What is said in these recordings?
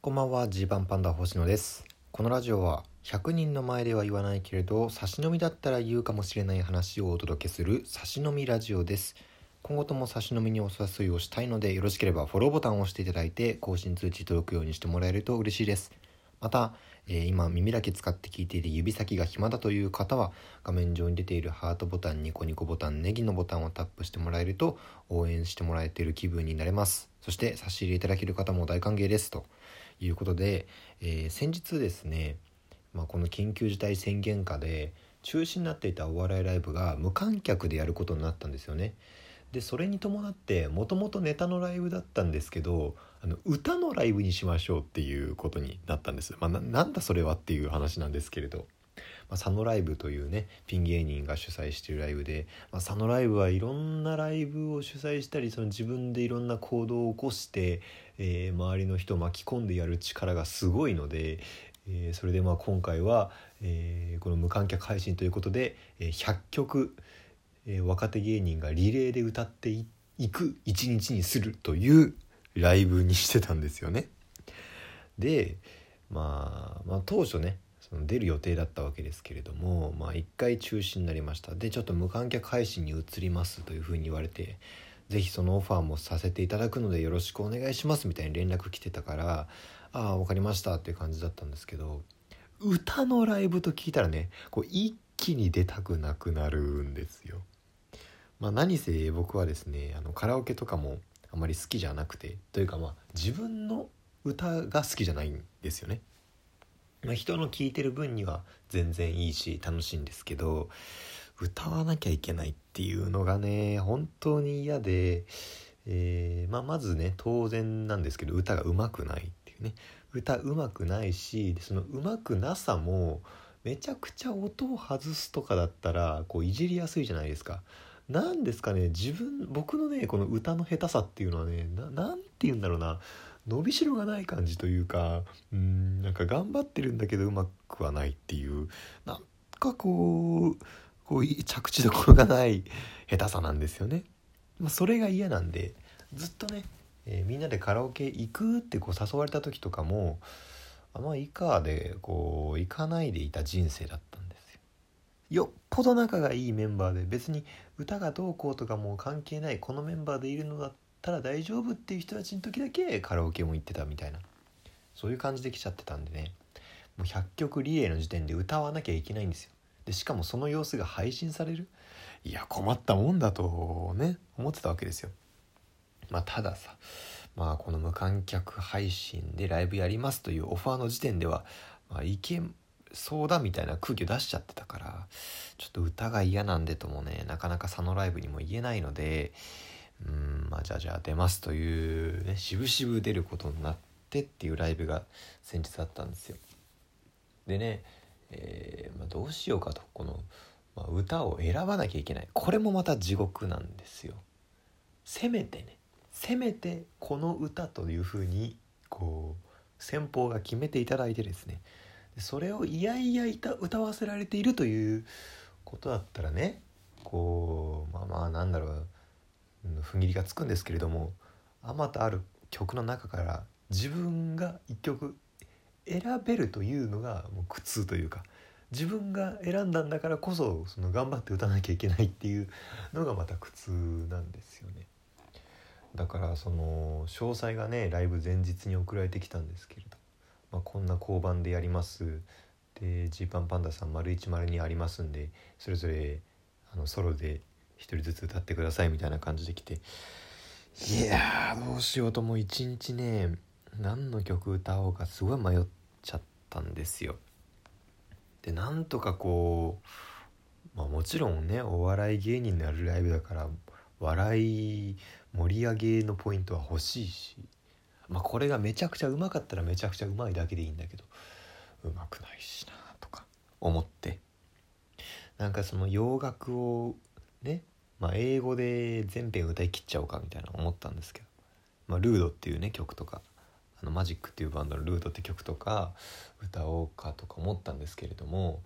こんばんは、ジーパンパンダ星野です。このラジオは100人の前では言わないけれど差し飲みだったら言うかもしれない話をお届けする差し飲みラジオです。今後とも差し飲みにお誘いをしたいので、よろしければフォローボタンを押していただいて更新通知届くようにしてもらえると嬉しいです。また、今耳だけ使って聞いていて指先が暇だという方は、画面上に出ているハートボタン、ニコニコボタン、ネギのボタンをタップしてもらえると応援してもらえている気分になれます。そして差し入れいただける方も大歓迎ですということで、先日ですね、この緊急事態宣言下で中止になっていたお笑いライブが無観客でやることになったんですよね。でそれに伴ってもともとネタのライブだったんですけど、歌のライブにしましょうっていうことになったんです。なんだそれはっていう話なんですけれど、佐野ライブというねピン芸人が主催しているライブで、佐野ライブはいろんなライブを主催したり、その自分でいろんな行動を起こして、周りの人を巻き込んでやる力がすごいので、それで今回は、この無観客配信ということで、100曲、若手芸人がリレーで歌っていく一日にするというライブにしてたんですよね。で当初ねその出る予定だったわけですけれども、一回中止になりました。でちょっと無観客配信に移りますというふうに言われて、ぜひそのオファーもさせていただくのでよろしくお願いしますみたいに連絡来てたから、わかりましたっていう感じだったんですけど、歌のライブと聞いたらね一気に出たくなくなるんですよ。何せ僕はですねカラオケとかもあまり好きじゃなくて、というか自分の歌が好きじゃないんですよね。人の聴いてる分には全然いいし楽しいんですけど、歌わなきゃいけないっていうのがね本当に嫌で、まずね当然なんですけど歌が上手くないっていうね。歌上手くないし、その上手くなさもめちゃくちゃ音を外すとかだったらいじりやすいじゃないですか。なんですかね、僕のねこの歌の下手さっていうのはねなんて言うんだろうな、伸びしろがない感じというか、なんか頑張ってるんだけどうまくはないっていう、なんか着地どころがない下手さなんですよね。それが嫌なんでずっとね、みんなでカラオケ行くって誘われた時とかもいいかで行かないでいた人生だったんですよ。よっぽど仲がいいメンバーで、別に歌がどうこうとかもう関係ない、このメンバーでいるのだったら大丈夫っていう人たちの時だけカラオケも行ってたみたいな、そういう感じで来ちゃってたんでね、もう100曲リレーの時点で歌わなきゃいけないんですよ。でしかもその様子が配信される、いや困ったもんだとね思ってたわけですよ。たださ、この無観客配信でライブやりますというオファーの時点では、いけそうだみたいな空気を出しちゃってたから、ちょっと歌が嫌なんでともねなかなか佐野ライブにも言えないので、じゃあ出ますというね、渋々出ることになってっていうライブが先日あったんですよ。でね、どうしようかと、この、歌を選ばなきゃいけない、これもまた地獄なんですよ。せめてこの歌というふうに先方が決めていただいてですね、それをいやいや歌わせられているということだったらね、なんだろう、踏ん切りがつくんですけれども、あまたある曲の中から自分が一曲選べるというのがもう苦痛というか、自分が選んだんだからこそ頑張って歌わなきゃいけないっていうのがまた苦痛なんですよね。だからその詳細がねライブ前日に送られてきたんですけれど、こんな交番でやりますで、ジーパンパンダさん丸1丸2ありますんで、それぞれソロで一人ずつ歌ってくださいみたいな感じで来て、いやどうしようともう一日ね何の曲歌おうかすごい迷っちゃったんですよ。でなんとかもちろんねお笑い芸人のやるライブだから笑い盛り上げのポイントは欲しいし、これがめちゃくちゃうまかったらめちゃくちゃうまいだけでいいんだけど、うまくないしなとか思って、なんかその洋楽をね、英語で全編歌い切っちゃおうかみたいな思ったんですけど、ルードっていうね曲とか、マジックっていうバンドのルードって曲とか歌おうかとか思ったんですけれども、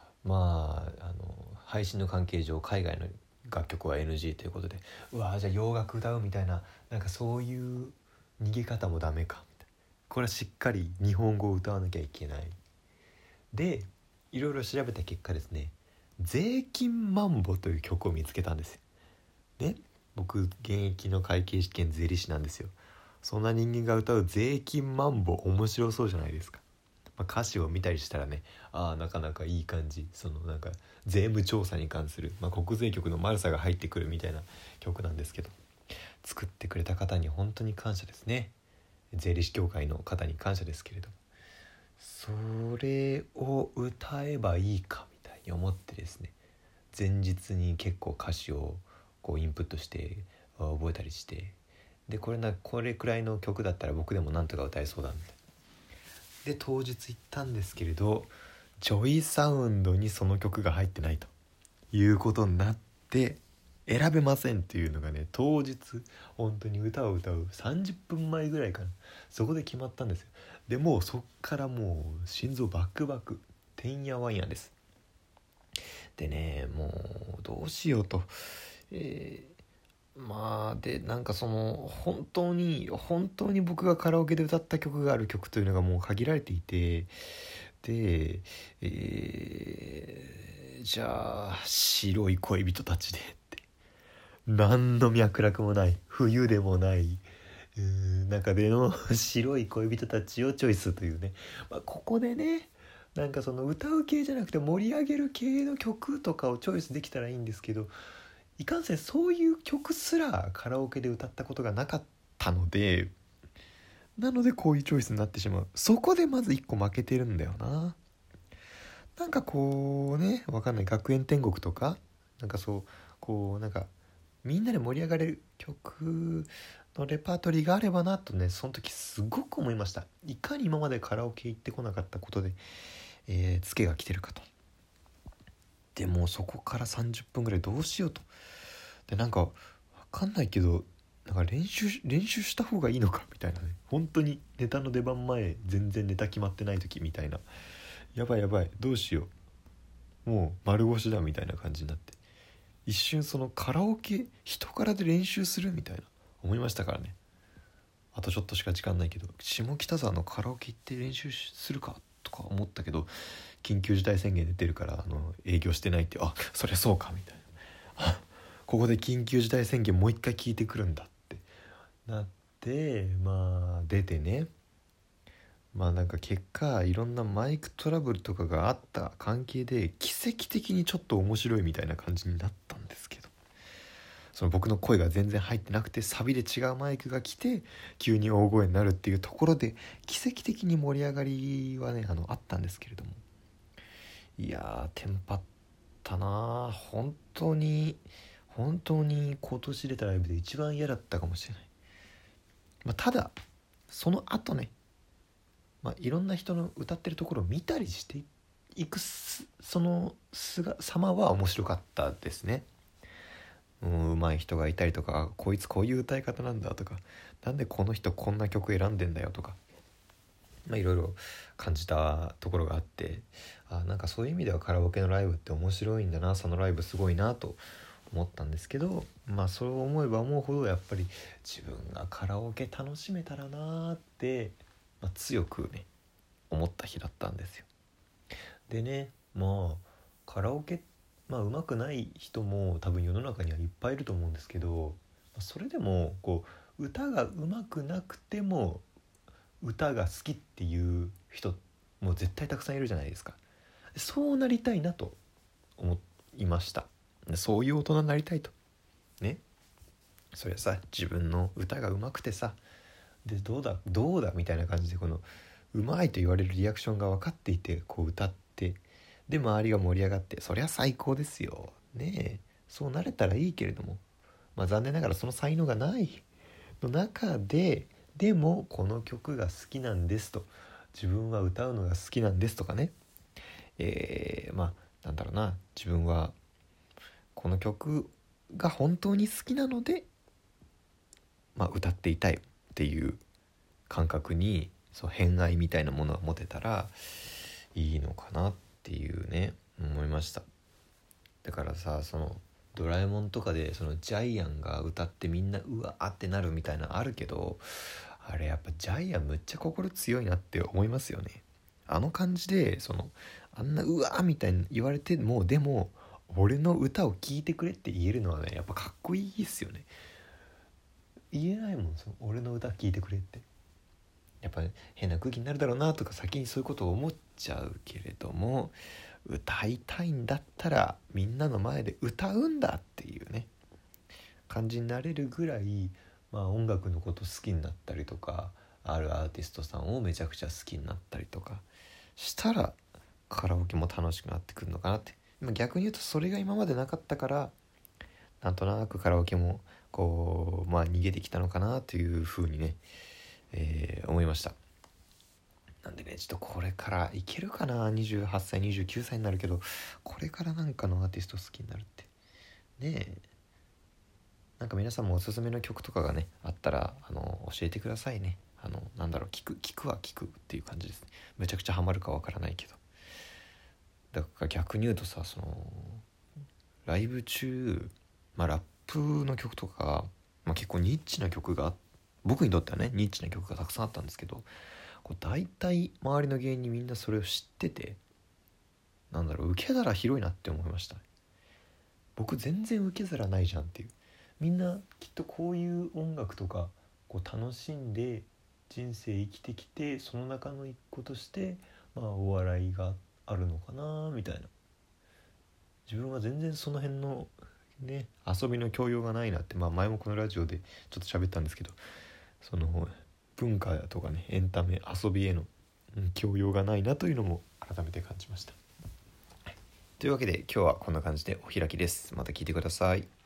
配信の関係上海外の楽曲は NG ということで、じゃあ洋楽歌うみたいな、なんかそういう逃げ方もダメかみたいな、 これはしっかり日本語を歌わなきゃいけない。でいろいろ調べた結果ですね、税金マンボという曲を見つけたんですよ。ね、僕現役の会計試験税理士なんですよ。そんな人間が歌う税金マンボ面白そうじゃないですか。歌詞を見たりしたらね、なかなかいい感じ。そのなんか税務調査に関する、国税局のマルサが入ってくるみたいな曲なんですけど、作ってくれた方に本当に感謝ですね。税理士協会の方に感謝ですけれども、それを歌えばいいかみたいに思ってですね、前日に結構歌詞をこうインプットして覚えたりして、でこれくらいの曲だったら僕でもなんとか歌えそうだみたいな。で当日行ったんですけれど、ジョイサウンドにその曲が入ってないということになって選べませんっていうのがね、当日本当に歌を歌う30分前ぐらいかな、そこで決まったんですよ。でもうそっからもう心臓バクバク、てんやわんやです。でね、もうどうしようと、でなんかその本当に僕がカラオケで歌った曲がある曲というのがもう限られていて、で、じゃあ白い恋人たちでって何の脈絡もない冬でもない中での白い恋人たちをチョイスというね、ここでね、なんかその歌う系じゃなくて盛り上げる系の曲とかをチョイスできたらいいんですけど、いかんせんそういう曲すらカラオケで歌ったことがなかったので、なのでこういうチョイスになってしまう。そこでまず一個負けてるんだよな。なんかこうね、わかんない、学園天国とかなんかそう、こうなんかみんなで盛り上がれる曲のレパートリーがあればなとね、その時すごく思いました。いかに今までカラオケ行ってこなかったことで、ツケが来てるかと。でもそこから30分ぐらいどうしようと。でなんかわかんないけど、なんか練習した方がいいのかみたいなね、本当にネタの出番前全然ネタ決まってない時みたいな、やばいどうしよう、もう丸腰だみたいな感じになって、一瞬そのカラオケ人からで練習するみたいな思いましたからね。あとちょっとしか時間ないけど、下北沢のカラオケ行って練習するかとか思ったけど、緊急事態宣言出てるから営業してないって、そりゃそうかみたいな、ここで緊急事態宣言もう一回聞いてくるんだってなって、出てね、なんか結果いろんなマイクトラブルとかがあった関係で奇跡的にちょっと面白いみたいな感じになったんですけど、その僕の声が全然入ってなくてサビで違うマイクが来て急に大声になるっていうところで奇跡的に盛り上がりはねあったんですけれども、いやテンパったな。本当に今年出たライブで一番嫌だったかもしれない。ただその後ね、いろんな人の歌ってるところを見たりしていくその様は面白かったですね。上手い人がいたりとか、こいつこういう歌い方なんだとか、なんでこの人こんな曲選んでんだよとか、いろいろ感じたところがあって、なんかそういう意味ではカラオケのライブって面白いんだな、そのライブすごいなと思ったんですけど、そう思えば思うほどやっぱり自分がカラオケ楽しめたらなって、強くね思った日だったんですよ。でね、カラオケ上手くない人も多分世の中にはいっぱいいると思うんですけど、それでもこう歌が上手くなくても歌が好きっていう人も絶対たくさんいるじゃないですか。そうなりたいなと思いました。そういう大人になりたいとね。そりゃさ、自分の歌が上手くてさ、でどうだみたいな感じで、この上手いと言われるリアクションが分かっていてこう歌って、で周りが盛り上がって、そりゃ最高ですよね。そうなれたらいいけれども、残念ながらその才能がないの中で、でもこの曲が好きなんですと、自分は歌うのが好きなんですとかね、なんだろうな、自分はこの曲が本当に好きなので、歌っていたいっていう感覚に、偏愛みたいなものが持てたらいいのかなっていうね思いました。だからさ、そのドラえもんとかでそのジャイアンが歌ってみんなうわーってなるみたいなのあるけど、 あれやっぱジャイアンむっちゃ心強いなって思いますよね。あの感じであんなうわーみたいに言われても、でも俺の歌を聴いてくれって言えるのはね、やっぱかっこいいっすよね。言えないもん、俺の歌聴いてくれって。やっぱ変な空気になるだろうなとか先にそういうことを思っちゃうけれども、歌いたいんだったらみんなの前で歌うんだっていうね感じになれるぐらい、音楽のこと好きになったりとか、あるアーティストさんをめちゃくちゃ好きになったりとかしたらカラオケも楽しくなってくるのかなって。逆に言うとそれが今までなかったから、なんとなくカラオケも逃げてきたのかなというふうにね、思いました。なんでね、ちょっとこれからいけるかな。28歳29歳になるけど、これからなんかのアーティスト好きになるってね。なんか皆さんもおすすめの曲とかがねあったら教えてくださいね。聞くは聞くっていう感じですね。めちゃくちゃハマるかわからないけど。だから逆に言うとさ、ライブ中、ラップの曲とか、結構ニッチな曲が、僕にとってはねニッチな曲がたくさんあったんですけど、大体周りの芸人みんなそれを知ってて、受け皿広いなって思いました。僕全然受け皿ないじゃんっていう。みんなきっとこういう音楽とか楽しんで人生生きてきて、その中の一個としてお笑いがあるのかなみたいな。自分は全然その辺のね遊びの教養がないなって、前もこのラジオでちょっと喋ったんですけど、文化とかねエンタメ遊びへの教養がないなというのも改めて感じました。というわけで今日はこんな感じでお開きです。また聞いてください。